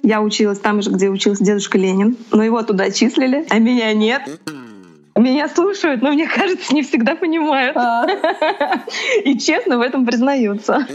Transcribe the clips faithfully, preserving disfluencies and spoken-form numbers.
Я училась там же, где учился дедушка Ленин, но его туда числили, а меня нет. Меня слушают, но мне кажется, не всегда понимают. И честно в этом признаются.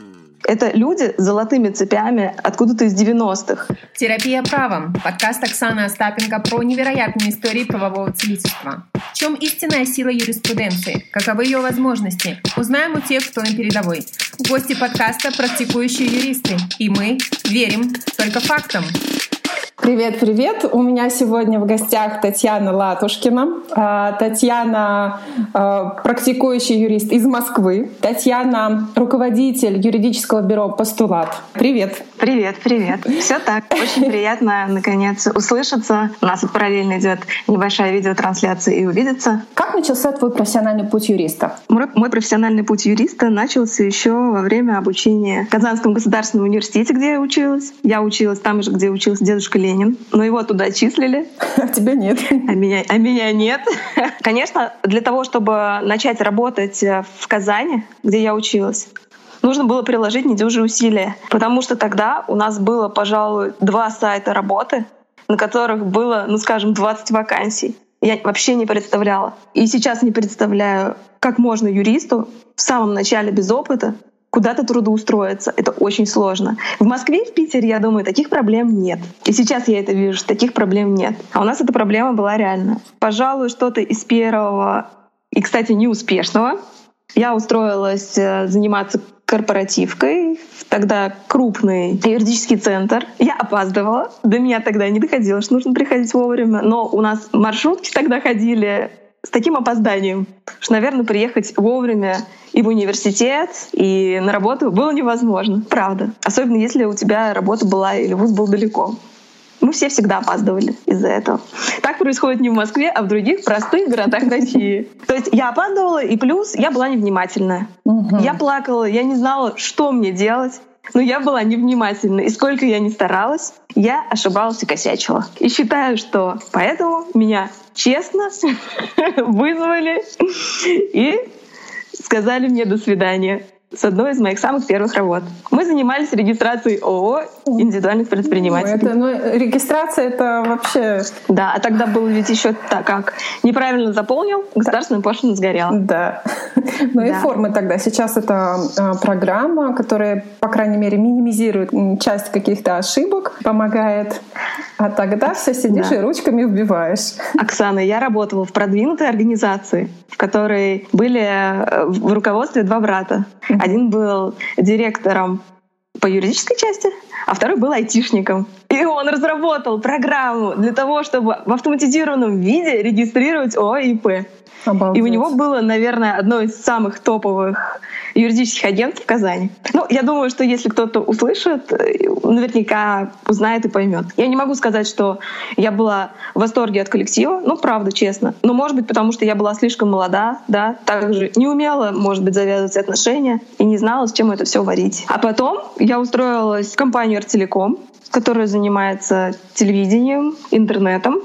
Это люди с золотыми цепями откуда-то из девяностых. Терапия правом. Подкаст Оксаны Остапенко про невероятные истории правового целительства. В чем истинная сила юриспруденции? Каковы ее возможности? Узнаем у тех, кто на передовой. Гости подкаста — практикующие юристы. И мы верим только фактам. Привет-привет! У меня сегодня в гостях Татьяна Латушкина. Татьяна — практикующий юрист из Москвы. Татьяна — руководитель юридического бюро «Постулат». Привет! Привет, привет. Все так. Очень приятно, наконец, услышаться. У нас параллельно идет небольшая видеотрансляция и увидеться. Как начался твой профессиональный путь юриста? Мой, мой профессиональный путь юриста начался еще во время обучения в Казанском государственном университете, где я училась. Я училась там же, где учился дедушка Ленин, но его туда числили. А тебя нет. А меня, а меня нет. Конечно, для того, чтобы начать работать в Казани, где я училась, нужно было приложить недюжие усилия, потому что тогда у нас было, пожалуй, два сайта работы, на которых было, ну скажем, двадцать вакансий. Я вообще не представляла. И сейчас не представляю, как можно юристу в самом начале без опыта куда-то трудоустроиться. Это очень сложно. В Москве и в Питере, я думаю, таких проблем нет. И сейчас я это вижу, что таких проблем нет. А у нас эта проблема была реальна. Пожалуй, что-то из первого и, кстати, неуспешного. Я устроилась заниматься корпоративкой, тогда крупный юридический центр. Я опаздывала. До меня тогда не доходило, что нужно приходить вовремя. Но у нас маршрутки тогда ходили с таким опозданием, что, наверное, приехать вовремя и в университет, и на работу было невозможно. Правда. Особенно если у тебя работа была или вуз был далеко. Мы все всегда опаздывали из-за этого. Так происходит не в Москве, а в других простых городах России. То есть я опаздывала, и плюс я была невнимательная. Угу. Я плакала, я не знала, что мне делать. Но я была невнимательна, и сколько я ни старалась, я ошибалась и косячила. И считаю, что поэтому меня честно вызвали и сказали мне «до свидания» с одной из моих самых первых работ. Мы занимались регистрацией ООО индивидуальных предпринимателей. Это, ну, регистрация — это вообще... Да, а тогда было ведь еще так, как неправильно заполнил, государственная пошлина сгорела. Да. Ну да. И формы тогда. Сейчас это а, программа, которая, по крайней мере, минимизирует часть каких-то ошибок, помогает. А тогда все сидишь да. и ручками вбиваешь. Оксана, я работала в продвинутой организации, в которой были в руководстве два брата. Mm-hmm. Один был директором по юридической части, а второй был айтишником. И он разработал программу для того, чтобы в автоматизированном виде регистрировать ООО и ИП. Обалдеть. И у него было, наверное, одно из самых топовых юридических агентств в Казани. Ну, я думаю, что если кто-то услышит, наверняка узнает и поймет. Я не могу сказать, что я была в восторге от коллектива, ну, правда, честно. Но, может быть, потому что я была слишком молода, да, также не умела, может быть, завязывать отношения и не знала, с чем это все варить. А потом я устроилась в компанию «Артелеком», которая занимается телевидением, интернетом,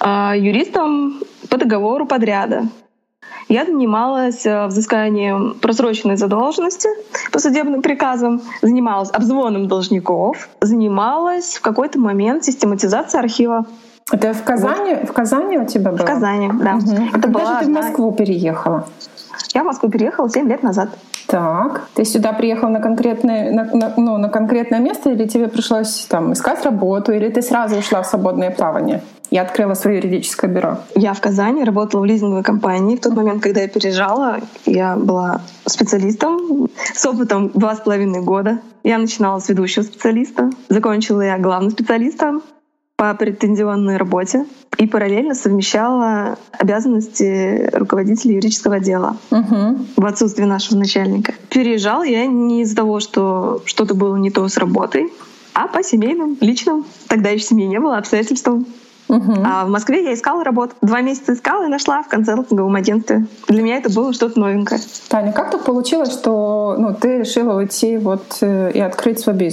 юристом по договору подряда. Я занималась взысканием просроченной задолженности по судебным приказам, занималась обзвоном должников, занималась в какой-то момент систематизацией архива. Это в Казани? Вот. В Казани у тебя было? В Казани, да. Угу. Это Когда была же ты в Москву одна... переехала? Я в Москву переехала семь лет назад. Так. Ты сюда приехала на конкретное, на, на, ну, на конкретное место, или тебе пришлось там искать работу, или ты сразу ушла в свободное плавание? Я открыла свое юридическое бюро. Я в Казани работала в лизинговой компании. В тот момент, когда я переезжала, я была специалистом с опытом два с половиной года. Я начинала с ведущего специалиста, закончила я главным специалистом по претензионной работе и параллельно совмещала обязанности руководителя юридического отдела угу. в отсутствие нашего начальника. Переезжала я не из-за того, что что-то было не то с работой, а по семейным, личным. Тогда еще семьи не было, обстоятельствам. Угу. А в Москве я искала работу. Два месяца искала и нашла в консалтинговом агентстве. Для меня это было что-то новенькое. Таня, как так получилось, что ну, ты решила уйти вот, и открыть свой бизнес?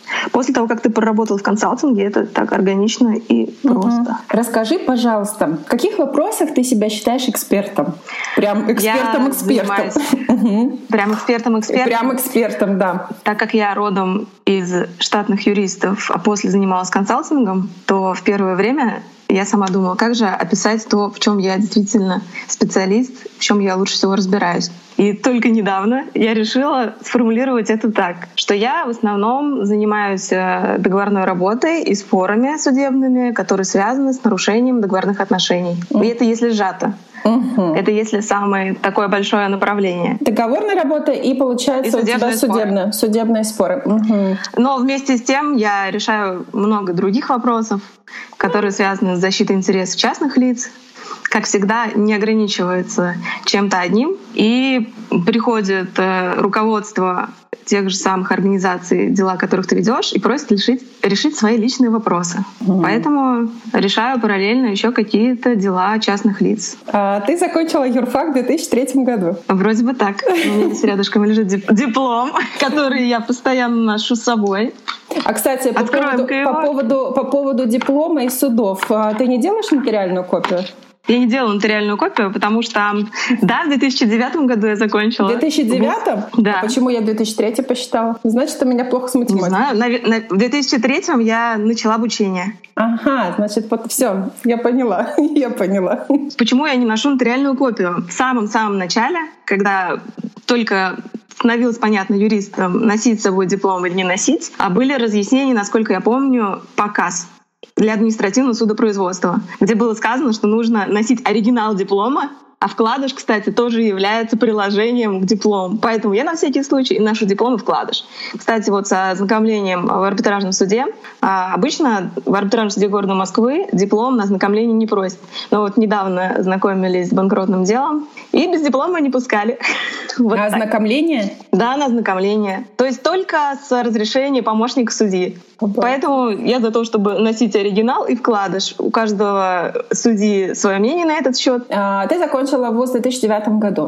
После того, как ты проработал в консалтинге, это так органично и просто. Угу. Расскажи, пожалуйста, в каких вопросах ты себя считаешь экспертом? Прям экспертом-экспертом. Угу. Прям экспертом-экспертом? Прям экспертом, да. Так как я родом из штатных юристов, а после занималась консалтингом, то в первое время я сама думала, как же описать то, в чем я действительно специалист, в чем я лучше всего разбираюсь. И только недавно я решила сформулировать это так, что я в основном занимаюсь договорной работой и спорами судебными, которые связаны с нарушением договорных отношений. И это если сжато. Угу. Это если самое такое большое направление. Договорная работа и, получается, и у тебя судебные, судебные споры. Угу. Но вместе с тем я решаю много других вопросов, которые связаны с защитой интересов частных лиц. Как всегда, не ограничивается чем-то одним. И приходит э, руководство тех же самых организаций, дела которых ты ведешь, и просит решить, решить свои личные вопросы. Mm-hmm. Поэтому решаю параллельно еще какие-то дела частных лиц. А ты закончила юрфак в две тысячи третьем году? Вроде бы так. У меня здесь рядышком лежит диплом, который я постоянно ношу с собой. А, кстати, по поводу, по, поводу, по поводу диплома и судов, ты не делаешь нотариальную копию? Я не делала нотариальную копию, потому что, да, в две тысячи девятом году я закончила. В две тысячи девятом? Да. А почему я в две тысячи третьем посчитала? Значит, у меня плохо с математикой. Не знаю. На, на, в две тысячи третьем я начала обучение. Ага, значит, вот все, я поняла, я поняла. Почему я не ношу нотариальную копию? В самом-самом начале, когда только становилось понятно юристам, носить с собой диплом или не носить, а были разъяснения, насколько я помню, показ для административного судопроизводства, где было сказано, что нужно носить оригинал диплома, а вкладыш, кстати, тоже является приложением к диплому. Поэтому я на всякий случай ношу диплом и вкладыш. Кстати, вот со ознакомлением в арбитражном суде, обычно в арбитражном суде города Москвы диплом на ознакомление не просят. Но вот недавно знакомились с банкротным делом, и без диплома не пускали. Вот на ознакомление? Да, на ознакомление. То есть только с разрешения помощника судьи. Оба. Поэтому я за то, чтобы носить оригинал и вкладыш. У каждого судьи свое мнение на этот счет. А, ты закончила вуз в две тысячи девятом году.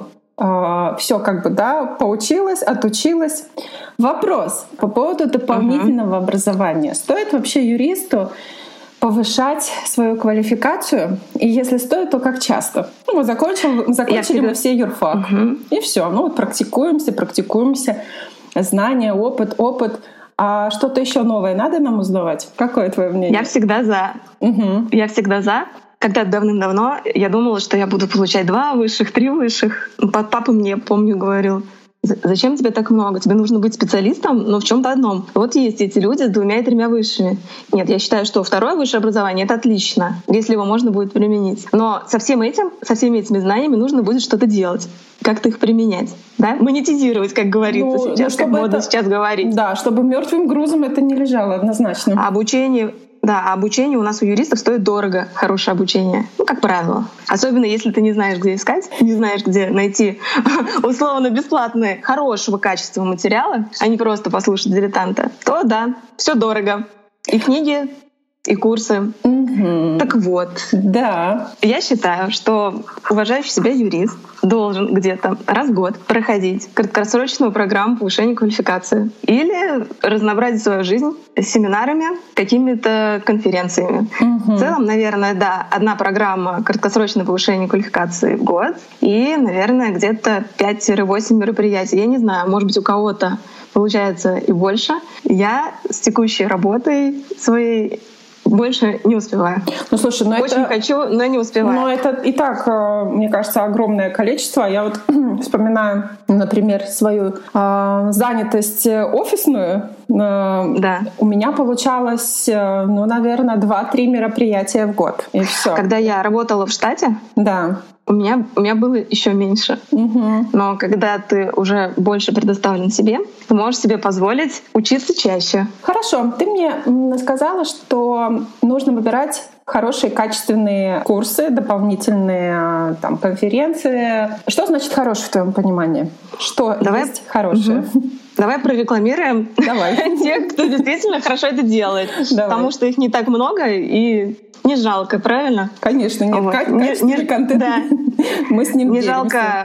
А, все как бы, да, поучилась, отучилась. Вопрос по поводу дополнительного uh-huh. образования. Стоит вообще юристу повышать свою квалификацию? И если стоит, то как часто? Ну, мы закончили, закончили всегда... мы все юрфак. Uh-huh. И все. Ну вот практикуемся, практикуемся. Знания, опыт, опыт. А что-то еще новое надо нам узнавать? Какое твое мнение? Я всегда за. Угу. Я всегда за. Когда-то давным-давно я думала, что я буду получать два высших, три высших. Папа мне, помню, говорил: зачем тебе так много? Тебе нужно быть специалистом, но в чем-то одном. Вот есть эти люди с двумя и тремя высшими. Нет, я считаю, что второе высшее образование — это отлично, если его можно будет применить. Но со всем этим, со всеми этими знаниями нужно будет что-то делать. Как-то их применять. Да? Монетизировать, как говорится ну, сейчас, ну, как модно это... сейчас говорить. Да, чтобы мертвым грузом это не лежало однозначно. А обучение... Да, а обучение у нас у юристов стоит дорого, хорошее обучение. Ну, как правило. Особенно если ты не знаешь, где искать, не знаешь, где найти условно бесплатные, хорошего качества материала, а не просто послушать дилетанта, то да, все дорого. И книги, и курсы. Угу. Так вот, да. Я считаю, что уважающий себя юрист должен где-то раз в год проходить краткосрочную программу повышения квалификации или разнообразить свою жизнь семинарами, какими-то конференциями. Угу. В целом, наверное, да, одна программа краткосрочного повышения квалификации в год и, наверное, где-то пять-восемь мероприятий. Я не знаю, может быть, у кого-то получается и больше. Я с текущей работой своей больше не успеваю. Ну, слушай, ну Очень это... хочу, но не успеваю. Ну, это и так, мне кажется, огромное количество. Я вот вспоминаю, например, свою э, занятость офисную. Э, да. У меня получалось, э, ну, наверное, два-три мероприятия в год. И все. Когда я работала в штате, да. У меня, у меня было еще меньше. Угу. Но когда ты уже больше предоставлен себе, ты можешь себе позволить учиться чаще. Хорошо. Ты мне сказала, что нужно выбирать хорошие, качественные курсы, дополнительные там, конференции. Что значит хороший в твоем понимании? Что Давай. есть хорошее? Угу. Давай прорекламируем тех, кто действительно хорошо это делает. Давай. Потому что их не так много и не жалко, правильно? Конечно, нет. Вот. Как, не, не, контент. Да. Мы с ним не делимся. жалко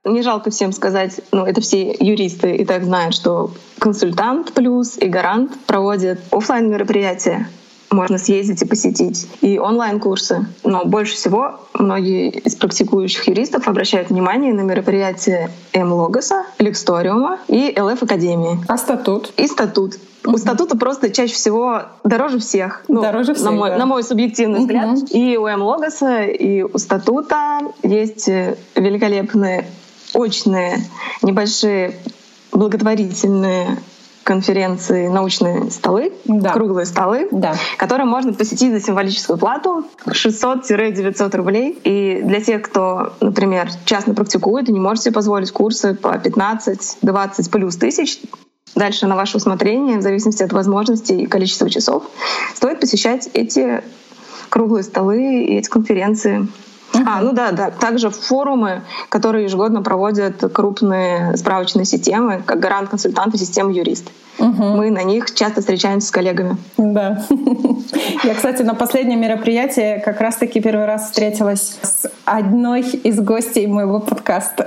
Не жалко всем сказать, ну, это все юристы и так знают, что Консультант Плюс и Гарант проводят офлайн мероприятия. Можно съездить и посетить. И онлайн-курсы. Но больше всего многие из практикующих юристов обращают внимание на мероприятия М-Логоса, Лексториума и эл эф Академии. А статут? И статут. У статута просто чаще всего дороже всех. Ну, дороже всех, на мой, да. на мой субъективный uh-huh. взгляд. И у М-Логоса, и у статута есть великолепные очные небольшие благотворительные конференции, научные столы, да. круглые столы, да. которые можно посетить за символическую плату шестьсот - девятьсот рублей. И для тех, кто, например, частно практикует и не может себе позволить курсы по пятнадцать-двадцать плюс тысяч, дальше на ваше усмотрение, в зависимости от возможностей и количества часов, стоит посещать эти круглые столы и эти конференции. Uh-huh. А, ну да, да. Также форумы, которые ежегодно проводят крупные справочные системы, как Гарант, Консультант и система Юрист. Uh-huh. Мы на них часто встречаемся с коллегами. Да. Я, кстати, на последнем мероприятии как раз-таки первый раз встретилась с одной из гостей моего подкаста.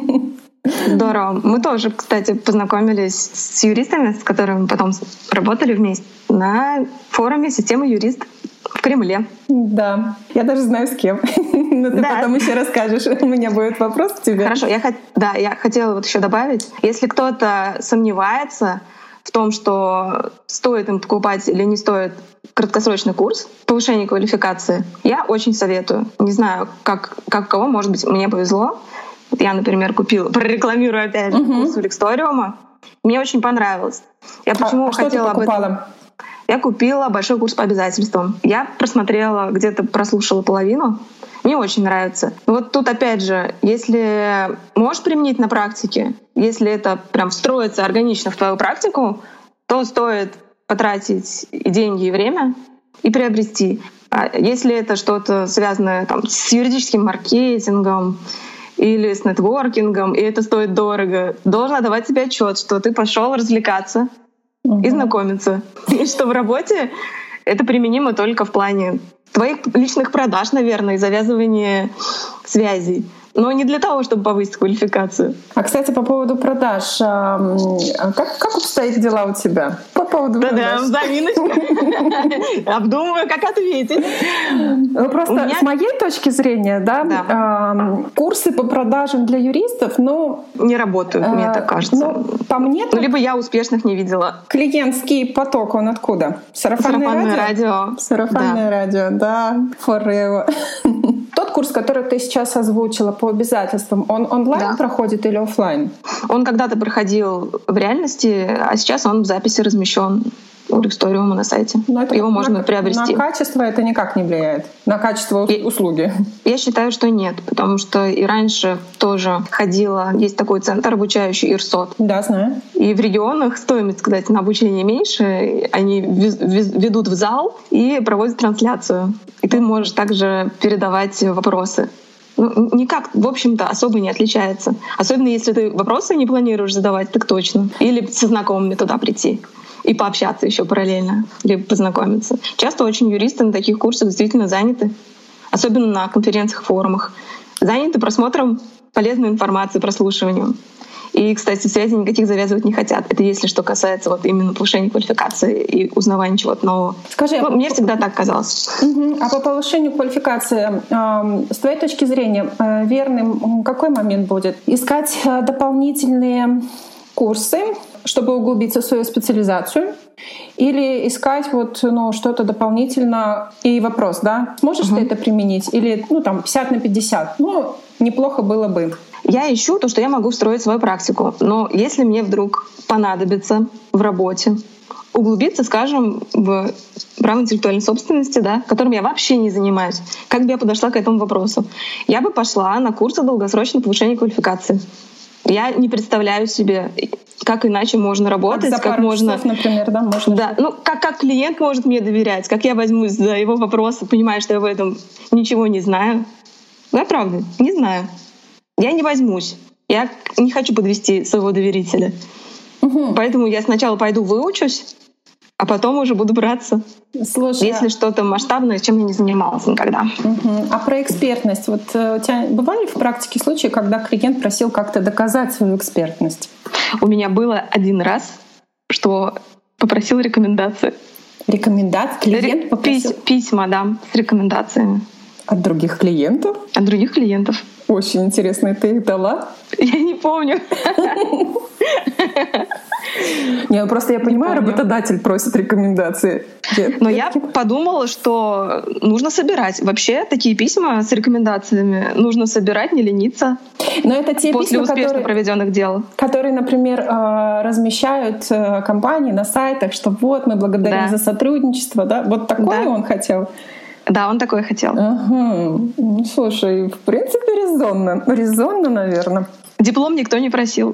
Здорово. Мы тоже, кстати, познакомились с юристами, с которыми потом работали вместе на форуме «Система Юрист» в Кремле. Да. Я даже знаю, с кем. Но ты да. потом еще расскажешь. У меня будет вопрос к тебе. Хорошо. Я, да, я хотела вот еще добавить. Если кто-то сомневается в том, что стоит им покупать или не стоит краткосрочный курс повышения квалификации, я очень советую. Не знаю, как, как у кого, может быть, мне повезло. Вот я, например, купила, прорекламирую опять же, uh-huh. курс Лексториума. Мне очень понравилось. Я почему а, хотела что ты покупала? об этом... Я купила большой курс по обязательствам. Я просмотрела, где-то прослушала половину. Мне очень нравится. Но вот тут опять же, если можешь применить на практике, если это прям встроится органично в твою практику, то стоит потратить и деньги, и время и приобрести. А если это что-то связанное там, с юридическим маркетингом, или с нетворкингом, и это стоит дорого, должен давать себе отчет, что ты пошел развлекаться uh-huh. и знакомиться. И что в работе это применимо только в плане твоих личных продаж, наверное, и завязывания связей. Но не для того, чтобы повысить квалификацию. А, кстати, по поводу продаж. Как, как обстоят дела у тебя? По поводу да, продаж. Да, заминочка. Обдумываю, как ответить. Ну, просто меня... с моей точки зрения, да, да. курсы по продажам для юристов, ну... Не работают, мне так кажется. Ну, по мне... Ну, либо я успешных не видела. Клиентский поток, он откуда? Сарафанное, Сарафанное радио? радио. Сарафанное да. радио, да. Forever. Тот курс, который ты сейчас озвучила по обязательствам, он онлайн да. проходит или офлайн? Он когда-то проходил в реальности, а сейчас он в записи размещен у Лексториума на сайте. Его можно на, приобрести. На качество это никак не влияет? На качество я, услуги? Я считаю, что нет, потому что и раньше тоже ходила, есть такой центр обучающий ИРСОТ. Да, знаю. И в регионах стоимость, кстати, на обучение меньше. Они ведут в зал и проводят трансляцию. И ты можешь также передавать вопросы. Ну, никак, в общем-то, особо не отличается. Особенно если ты вопросы не планируешь задавать, так точно. Или со знакомыми туда прийти. И пообщаться еще параллельно, либо познакомиться. Часто очень юристы на таких курсах действительно заняты, особенно на конференциях, форумах, заняты просмотром полезной информации, прослушиванием. И, кстати, связи никаких завязывать не хотят. Это если что касается вот именно повышения квалификации и узнавания чего-то нового. Скажи, ну, мне всегда так казалось. Угу. А по повышению квалификации, э, с твоей точки зрения, э, верным какой момент будет? Искать э, дополнительные курсы, чтобы углубиться в свою специализацию, или искать вот, ну, что-то дополнительно? И вопрос, да, сможешь uh-huh. ты это применить? Или ну, там, пятьдесят на пятьдесят? Ну, неплохо было бы. Я ищу то, что я могу встроить в свою практику. Но если мне вдруг понадобится в работе углубиться, скажем, в право интеллектуальной собственности, да, которым я вообще не занимаюсь, как бы я подошла к этому вопросу? Я бы пошла на курсы долгосрочного повышения квалификации. Я не представляю себе, как иначе можно работать, как, за как можно, часов, например, да, можно. Да, ну как как клиент может мне доверять, как я возьмусь за его вопросы, понимая, что я в этом ничего не знаю. Ну, я правда не знаю. Я не возьмусь. Я не хочу подвести своего доверителя. Угу. Поэтому я сначала пойду выучусь, а потом уже буду браться. Слушай, если что-то масштабное, чем я не занималась никогда. Угу. А про экспертность? Вот у тебя бывали в практике случаи, когда клиент просил как-то доказать свою экспертность? У меня было один раз, что попросил рекомендации. Рекомендации? Клиент попросил? Письма, да, с рекомендациями. От других клиентов? От других клиентов. Очень интересно. Ты их дала? Я не помню. Не, ну просто я понимаю, работодатель просит рекомендации. Но я подумала, что нужно собирать. Вообще такие письма с рекомендациями нужно собирать, не лениться. Но это те после письма, успешно которые, проведенных дел. Которые, например, размещают компании на сайтах, что вот мы благодарим да. за сотрудничество, да? Вот такое да. он хотел. Да, он такое хотел. Ага. Ну, слушай, в принципе, резонно. Резонно, наверное. Диплом никто не просил.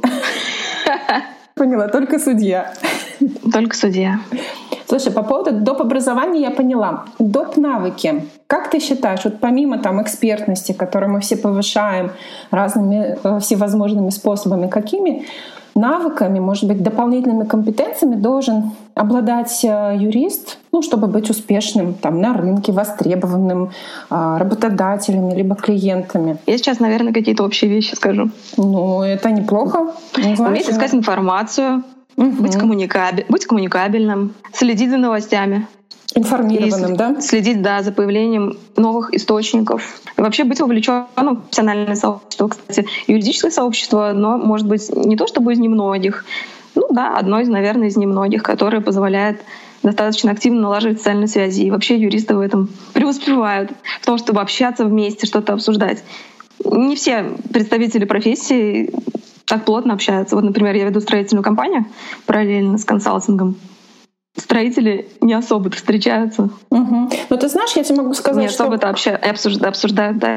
Поняла, только судья. Только судья. Слушай, по поводу доп. Образования я поняла. Доп. Навыки. Как ты считаешь, вот помимо там экспертности, которую мы все повышаем разными всевозможными способами, какими навыками, может быть, дополнительными компетенциями должен обладать юрист, ну, чтобы быть успешным там, на рынке, востребованным работодателями либо клиентами? Я сейчас, наверное, какие-то общие вещи скажу. Ну, это неплохо. Уметь искать информацию, угу. быть, коммуникабель... быть коммуникабельным, следить за новостями. Информированным, и да? Следить, да, за появлением новых источников. И вообще быть вовлеченным в профессиональное сообщество, кстати, юридическое сообщество, но, может быть, не то чтобы из немногих, ну да, одно из, наверное, из немногих, которое позволяет достаточно активно налаживать социальные связи. И вообще юристы в этом преуспевают, в том, чтобы общаться вместе, что-то обсуждать. Не все представители профессии так плотно общаются. Вот, например, я веду строительную компанию параллельно с консалтингом. Строители не особо-то встречаются. Угу. Но ты знаешь, я тебе могу сказать, не что... Не особо-то общаются, обсуждают, обсуждают, да.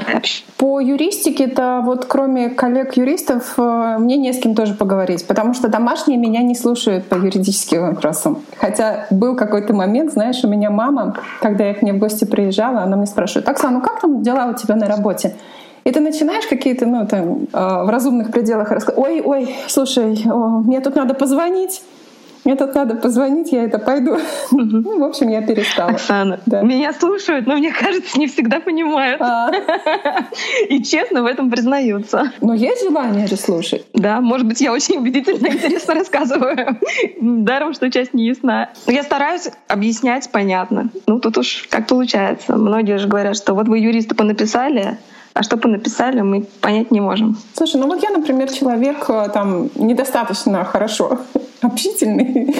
По юристике-то вот кроме коллег-юристов мне не с кем тоже поговорить, потому что домашние меня не слушают по юридическим вопросам. Хотя был какой-то момент, знаешь, у меня мама, когда я к ней в гости приезжала, она мне спрашивает: «Оксана, ну как там дела у тебя на работе?» И ты начинаешь какие-то, ну, там, в разумных пределах рассказывать: «Ой, ой, слушай, о, мне тут надо позвонить». Мне тут надо позвонить, я это пойду. Ну, в общем, я перестала. Оксана, да. Меня слушают, но мне кажется, не всегда понимают. А. И честно в этом признаются. Но есть желание же слушать. Да, может быть, я очень убедительно и интересно рассказываю. Даром, что часть не ясна. Но я стараюсь объяснять понятно. Ну, тут уж как получается. Многие же говорят, что вот вы юристы понаписали, а что понаписали, мы понять не можем. Слушай, ну вот я, например, человек там недостаточно хорошо общительный.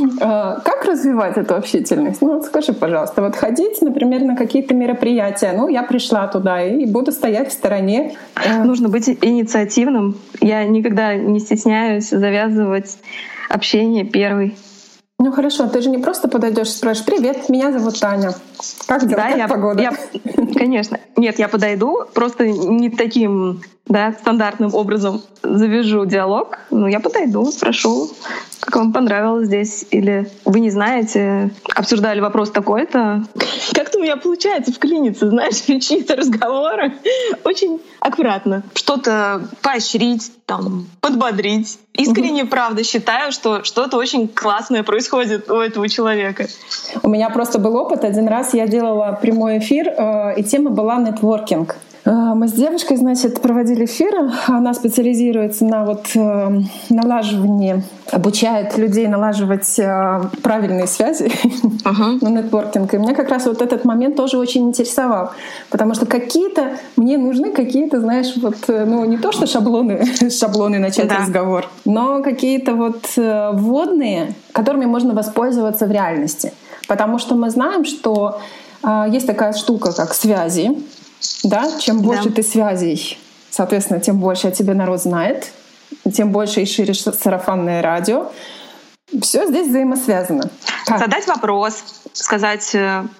Как развивать эту общительность? Ну вот скажи, пожалуйста, вот ходить, например, на какие-то мероприятия. Ну, я пришла туда и буду стоять в стороне. Нужно быть инициативным. Я никогда не стесняюсь завязывать общение первой. Ну хорошо, ты же не просто подойдешь и спросишь: «Привет, меня зовут Таня. Как дела, да, как я, погода?» я, конечно. Нет, я подойду, просто не таким, да, стандартным образом завяжу диалог. Ну, я подойду, спрошу, как вам понравилось здесь, или вы не знаете, обсуждали вопрос такой-то. Как-то у меня получается вклиниться, знаешь, в чьи-то разговоры очень аккуратно. Что-то поощрить, там, подбодрить. Искренне, угу. правда, считаю, что что-то очень классное происходит у этого человека. У меня просто был опыт. Один раз я делала прямой эфир, и тема была нетворкинг. Мы с девушкой, значит, проводили эфир. Она специализируется на вот налаживании, обучает людей налаживать правильные связи, uh-huh. на нетворкинг. И меня как раз вот этот момент тоже очень интересовал. Потому что какие-то, мне нужны какие-то, знаешь, вот, ну не то что шаблоны, шаблоны начать да. разговор, но какие-то вот вводные, которыми можно воспользоваться в реальности. Потому что мы знаем, что есть такая штука, как связи. Да, чем больше да. ты связей, соответственно, тем больше о тебе народ знает, тем больше и шире сарафанное радио. Все здесь взаимосвязано. Как? Задать вопрос, сказать,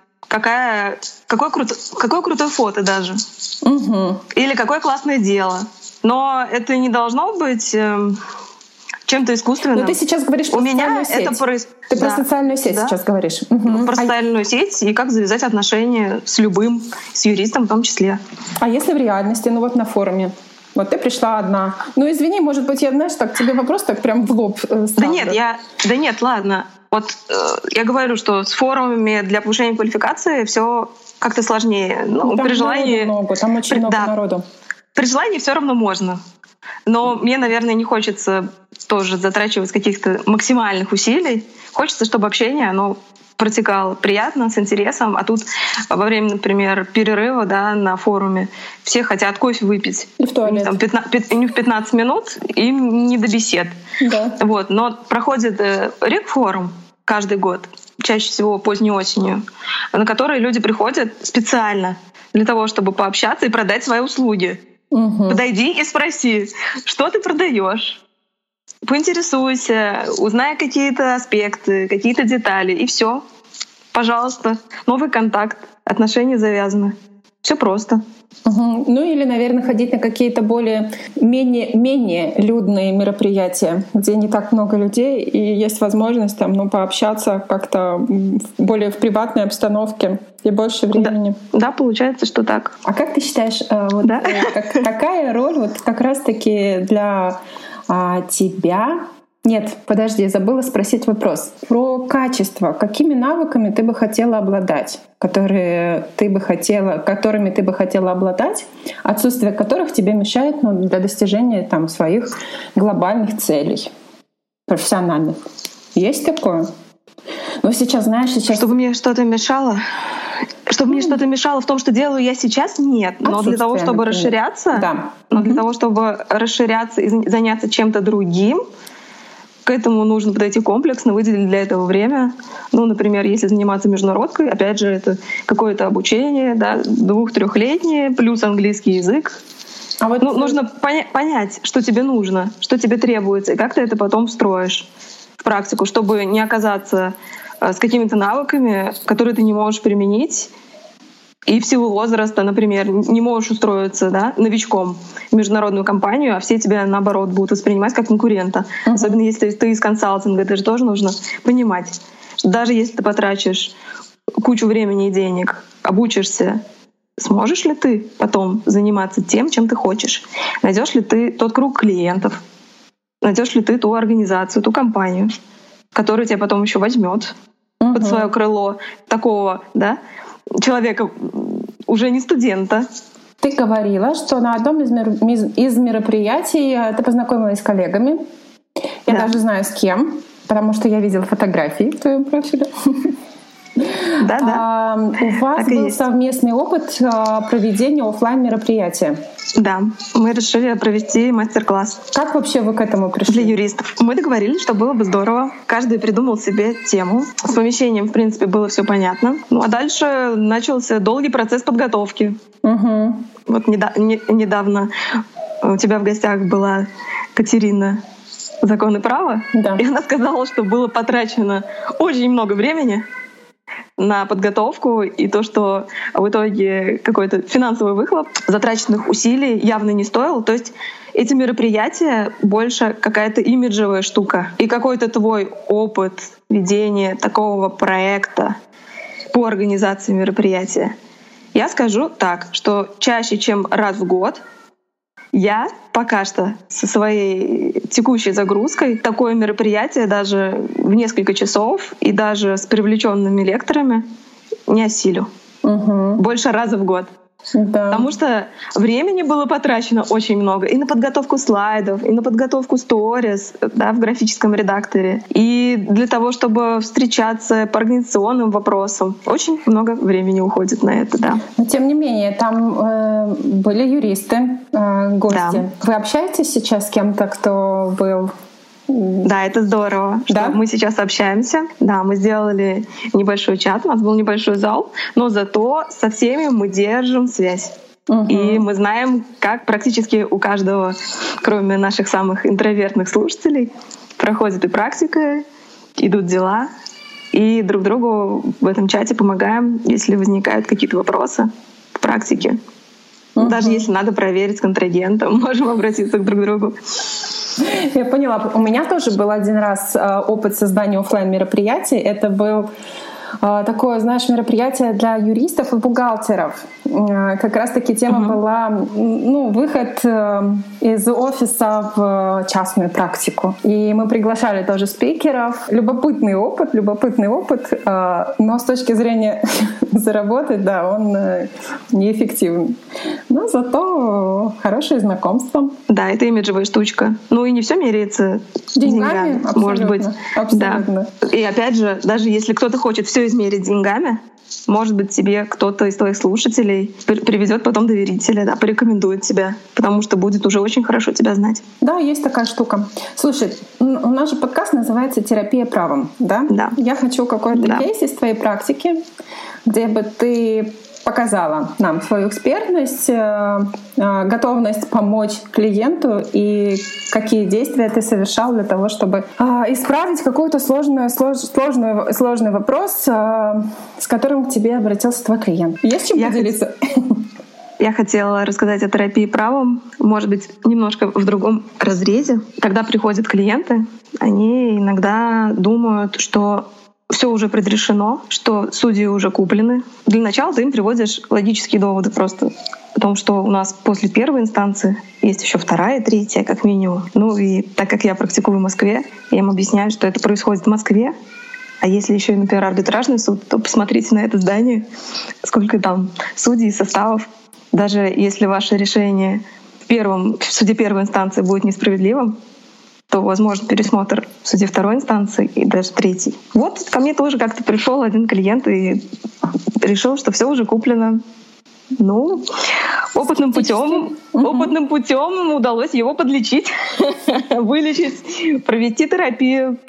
какая, какое, круто, какое крутое фото даже. Угу. Или какое классное дело. Но это не должно быть чем-то искусственным. Но ты сейчас говоришь про У социальную меня сеть. Это проис... Ты да. про социальную сеть да. сейчас говоришь. Угу. Про социальную а... сеть и как завязать отношения с любым, с юристом в том числе. А если в реальности, ну вот на форуме? Вот ты пришла одна. Ну извини, может быть, я, знаешь, так тебе вопрос так прям в лоб ставлю. Да нет, я... Да нет, ладно. Вот э, я говорю, что с форумами для повышения квалификации все как-то сложнее. Ну, там при желании много, там очень при, много да, народу. При желании все равно можно. Но мне, наверное, не хочется тоже затрачивать каких-то максимальных усилий. Хочется, чтобы общение, оно протекало приятно, с интересом. А тут во время, например, перерыва, да, на форуме все хотят кофе выпить. И в туалет. Там, пятнадцать, в пятнадцать минут им не до бесед. Да. Вот. Но проходит э, рек-форум каждый год, чаще всего поздней осенью, на который люди приходят специально для того, чтобы пообщаться и продать свои услуги. Угу. Подойди и спроси, что ты продаешь. Поинтересуйся, узнай какие-то аспекты, какие-то детали, и все. Пожалуйста, новый контакт, отношения завязаны. Все просто. Угу. Ну или, наверное, ходить на какие-то более менее, менее людные мероприятия, где не так много людей, и есть возможность там, ну, пообщаться как-то более в приватной обстановке и больше времени. Да, да, получается, что так. А как ты считаешь, вот, да? как, какая роль вот как раз-таки для а, тебя? Нет, подожди, забыла спросить вопрос. Про качество. Какими навыками ты бы хотела обладать, которые ты бы хотела, которыми ты бы хотела обладать, отсутствие которых тебе мешает, ну, для достижения там, своих глобальных целей профессиональных? Есть такое? Ну, сейчас, знаешь, сейчас... Чтобы мне что-то мешало? Чтобы мне что-то мешало в том, что делаю я сейчас, нет. Но для того, чтобы например. расширяться, да. но для mm-hmm. того, чтобы расширяться и заняться чем-то другим, к этому нужно подойти комплексно, выделить для этого время. Ну, например, если заниматься международкой, опять же, это какое-то обучение, да, двух-трехлетнее, плюс английский язык. А вот ну, ты... нужно поня- понять, что тебе нужно, что тебе требуется, и как ты это потом встроишь в практику, чтобы не оказаться э, с какими-то навыками, которые ты не можешь применить, и в силу возраста, например, не можешь устроиться, да, новичком в международную компанию, а все тебя, наоборот, будут воспринимать как конкурента. Uh-huh. Особенно если ты из консалтинга, это же тоже нужно понимать. Даже если ты потрачишь кучу времени и денег, обучишься, сможешь ли ты потом заниматься тем, чем ты хочешь? Найдешь ли ты тот круг клиентов? Найдешь ли ты ту организацию, ту компанию, которая тебя потом еще возьмет uh-huh. под свое крыло такого, да, человека, уже не студента? Ты говорила, что на одном из, мер... из мероприятий ты познакомилась с коллегами. Я да. даже знаю, с кем, потому что я видела фотографии в твоем профиле. Да, да. А, у вас так был совместный опыт проведения офлайн мероприятия. Да, мы решили провести мастер-класс. Как вообще вы к этому пришли? Для юристов. Мы договорились, что было бы здорово. Каждый придумал себе тему. С помещением, в принципе, было все понятно. Ну а дальше начался долгий процесс подготовки. Угу. Вот неда- не- недавно у тебя в гостях была Катерина «Закон и право». Да. И она сказала, что было потрачено очень много времени на подготовку, и то, что в итоге какой-то финансовый выхлоп затраченных усилий явно не стоил. То есть эти мероприятия больше какая-то имиджевая штука. И какой-то твой опыт ведения такого проекта по организации мероприятия. Я скажу так, что чаще, чем раз в год, я пока что со своей текущей загрузкой такое мероприятие даже в несколько часов и даже с привлеченными лекторами не осилю. Угу. Больше раза в год. Да. Потому что времени было потрачено очень много и на подготовку слайдов, и на подготовку сторис, да, в графическом редакторе, и для того, чтобы встречаться по организационным вопросам. Очень много времени уходит на это, да. Но тем не менее, там э, были юристы, э, гости. Да. Вы общаетесь сейчас с кем-то, кто был? Да, это здорово, что да? мы сейчас общаемся. Да, мы сделали небольшой чат, у нас был небольшой зал, но зато со всеми мы держим связь. Угу. И мы знаем, как практически у каждого, кроме наших самых интровертных слушателей, проходит и практика, идут дела, и друг другу в этом чате помогаем, если возникают какие-то вопросы к практике. Угу. Даже если надо проверить с контрагентом, можем обратиться друг к другу. Я поняла. У меня тоже был один раз опыт создания офлайн мероприятий. Это был такое, знаешь, мероприятие для юристов и бухгалтеров. Как раз-таки тема uh-huh. была, ну, выход из офиса в частную практику. И мы приглашали тоже спикеров. Любопытный опыт, любопытный опыт, но с точки зрения заработать, да, он неэффективный. Но зато хорошее знакомство. Да, это имиджевая штучка. Ну и не все меряется деньгами, деньгами, может быть. Абсолютно. Да. И опять же, даже если кто-то хочет все измерить деньгами, может быть, тебе кто-то из твоих слушателей приведет потом доверителя, да, порекомендует тебя, потому что будет уже очень хорошо тебя знать. Да, есть такая штука. Слушай, у нас же подкаст называется «Терапия правом», да? Да. Я хочу какой-то да. кейс из твоей практики, где бы ты показала нам свою экспертность, готовность помочь клиенту и какие действия ты совершал для того, чтобы исправить какой-то сложный, сложный, сложный вопрос, с которым к тебе обратился твой клиент. Есть чем Я поделиться? Хот... Я хотела рассказать о терапии правом, может быть, немножко в другом разрезе. Когда приходят клиенты, они иногда думают, что все уже предрешено, что судьи уже куплены. Для начала ты им приводишь логические доводы просто о том, что у нас после первой инстанции есть еще вторая и третья, как минимум. Ну и так как я практикую в Москве, я им объясняю, что это происходит в Москве. А если еще и, например, арбитражный суд, то посмотрите на это здание, сколько там судей, составов. Даже если ваше решение в первом, в суде первой инстанции будет несправедливым, то возможен пересмотр в суде второй инстанции и даже третьей. Вот ко мне тоже как-то пришел один клиент и решил, что все уже куплено. Ну, опытным путем, опытным путем удалось его подлечить, вылечить, провести терапию,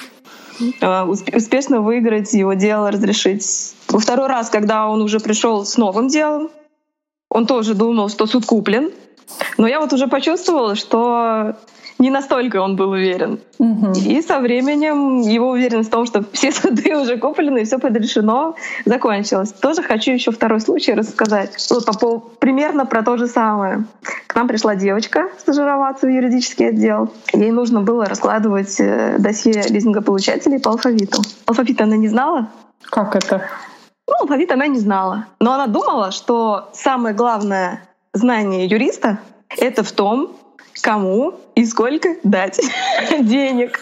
успешно выиграть его дело, разрешить. Во второй раз, когда он уже пришел с новым делом, он тоже думал, что суд куплен, но я вот уже почувствовала, что не настолько он был уверен. Угу. И со временем его уверенность в том, что все суды уже куплены и все предрешено, закончилась. Тоже хочу еще второй случай рассказать. Вот по, по, примерно про то же самое. К нам пришла девочка стажироваться в юридический отдел. Ей нужно было раскладывать досье лизингополучателей по алфавиту. Алфавит она не знала. Как это? Ну, алфавит она не знала. Но она думала, что самое главное знание юриста — это в том, кому и сколько дать денег.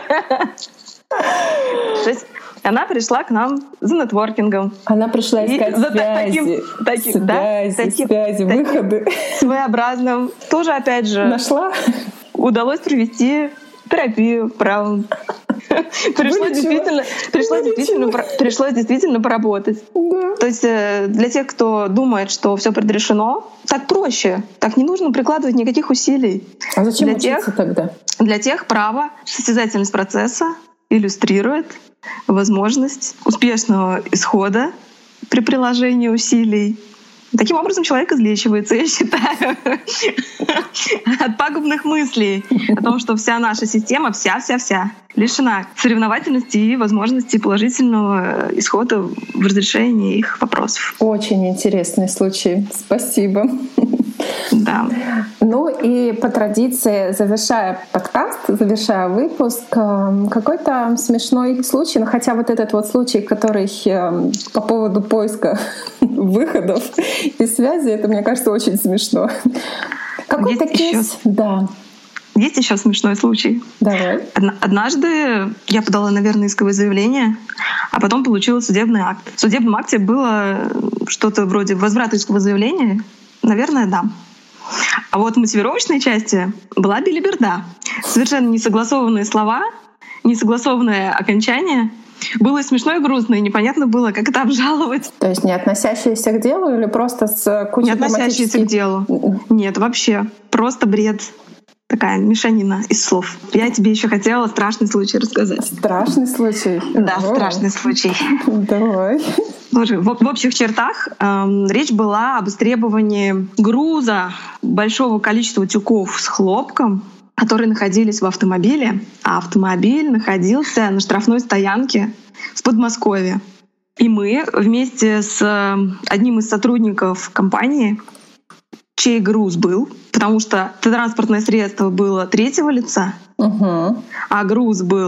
То есть она пришла к нам за нетворкингом. Она пришла искать за связи, таким, таким, связи, да, таким, связи, таким выходы. Своеобразным. Тоже, опять же, нашла. Удалось провести терапию правом. Пришлось действительно, пришлось действительно, пришлось действительно поработать. Да. То есть для тех, кто думает, что все предрешено, так проще, так не нужно прикладывать никаких усилий. А зачем для учиться тех, тогда? Для тех право, состязательность процесса иллюстрирует возможность успешного исхода при приложении усилий. Таким образом человек излечивается, я считаю, от пагубных мыслей о том, что вся наша система, вся-вся-вся, лишена соревновательности и возможности положительного исхода в разрешении их вопросов. Очень интересный случай. Спасибо. Да. Ну и по традиции, завершая подкаст, завершая выпуск, какой-то смешной случай, ну хотя вот этот вот случай, который по поводу поиска выходов и связи, это, мне кажется, очень смешно. Какой-то кейс? Да. Есть еще смешной случай. Давай. Однажды я подала, наверное, исковое заявление, а потом получила судебный акт. В судебном акте было что-то вроде возврата искового заявления. Наверное, да. А вот в мотивировочной части была белиберда. Совершенно несогласованные слова, несогласованное окончание. Было и смешно, и грустно, и непонятно было, как это обжаловать. То есть не относящиеся к делу или просто с кучей Не относящиеся грамматических... к делу. Нет, вообще. Просто бред. Такая мешанина из слов. Я тебе еще хотела страшный случай рассказать. Страшный случай? Да, О. страшный случай. Давай. Тоже в, в общих чертах эм, речь была об истребовании груза большого количества тюков с хлопком, которые находились в автомобиле, а автомобиль находился на штрафной стоянке в Подмосковье. И мы вместе с одним из сотрудников компании, чей груз был, потому что транспортное средство было третьего лица, угу. а груз был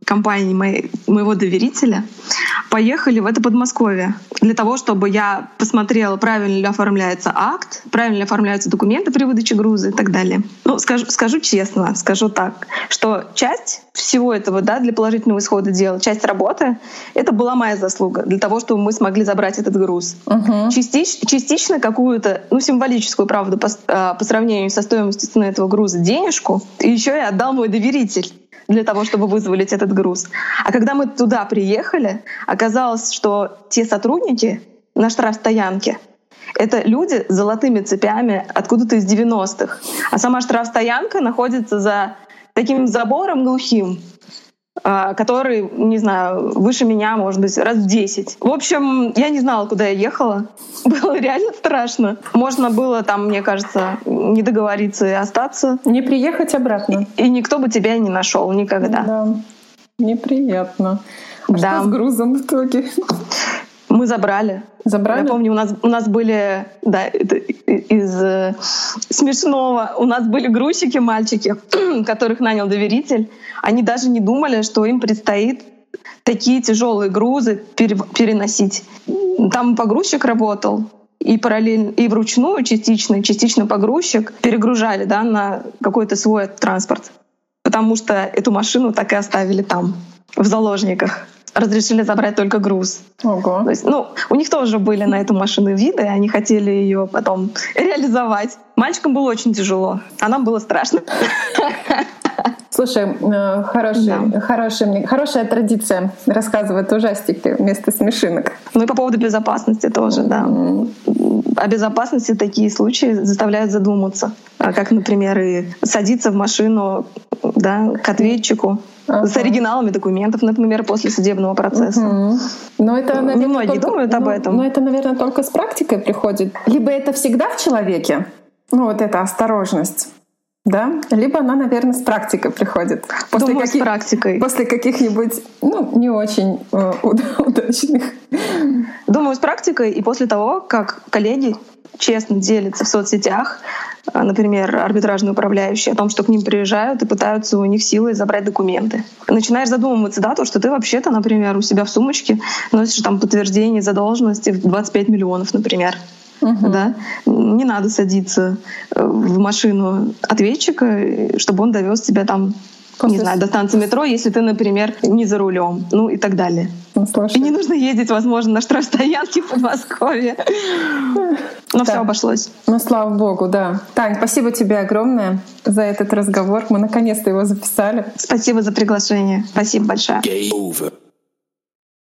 компании моей, моего доверителя, поехали в это Подмосковье для того, чтобы я посмотрела, правильно ли оформляется акт, правильно ли оформляются документы при выдаче груза и так далее. Ну, скажу, скажу честно, скажу так, что часть всего этого, да, для положительного исхода дела, часть работы, это была моя заслуга для того, чтобы мы смогли забрать этот груз. Uh-huh. Частич, частично какую-то, ну, символическую, правда, по, по сравнению со стоимостью цены этого груза денежку, и еще и отдал мой доверитель для того, чтобы вызволить этот груз. А когда мы туда приехали, оказалось, что те сотрудники на штрафстоянке — это люди с золотыми цепями откуда-то из девяностых. А сама штрафстоянка находится за таким забором глухим, который, не знаю, выше меня, может быть, раз в десять. В общем, я не знала, куда я ехала. Было реально страшно. Можно было там, мне кажется, не договориться и остаться. Не приехать обратно. И, и никто бы тебя не нашел никогда. Да, неприятно. А да. Что с грузом в итоге? Мы забрали. Забрали? Я помню, у нас, у нас были, да, это из э, смешного, у нас были грузчики, мальчики, которых нанял доверитель. Они даже не думали, что им предстоит такие тяжелые грузы пере, переносить. Там погрузчик работал, и параллельно, и вручную частично, частично погрузчик перегружали, да, на какой-то свой транспорт. Потому что эту машину так и оставили там, в заложниках. Разрешили забрать только груз. Ого. То есть, ну, у них тоже были на эту машину виды, они хотели ее потом реализовать. Мальчикам было очень тяжело, а нам было страшно. Слушай, хороший, да. хороший, хорошая традиция рассказывать ужастики вместо смешинок. Ну и по поводу безопасности тоже, да. О безопасности такие случаи заставляют задуматься. Как, например, и садиться в машину, да, к ответчику. Ага. С оригиналами документов, например, после судебного процесса. Угу. Но это, наверное, многие только, думают об но, этом. Но это, наверное, только с практикой приходит. Либо это всегда в человеке, ну вот эта осторожность, да, либо она, наверное, с практикой приходит. После Думаю, каких, с практикой. После каких-нибудь, ну, не очень э, удачных. Думаю, с практикой и после того, как коллеги честно делятся в соцсетях, например, арбитражные управляющие, о том, что к ним приезжают и пытаются у них силой забрать документы. Начинаешь задумываться, да, то, что ты вообще-то, например, у себя в сумочке носишь там подтверждение задолженности в двадцать пять миллионов, например. Uh-huh. Да? Не надо садиться в машину ответчика, чтобы он довез тебя там, После... не знаю, до станции метро, если ты, например, не за рулем, ну и так далее. Ну, и не нужно ездить, возможно, на штрафстоянке в Подмосковье. Но все обошлось. Ну, слава богу, да. Тань, спасибо тебе огромное за этот разговор. Мы наконец-то его записали. Спасибо за приглашение. Спасибо большое.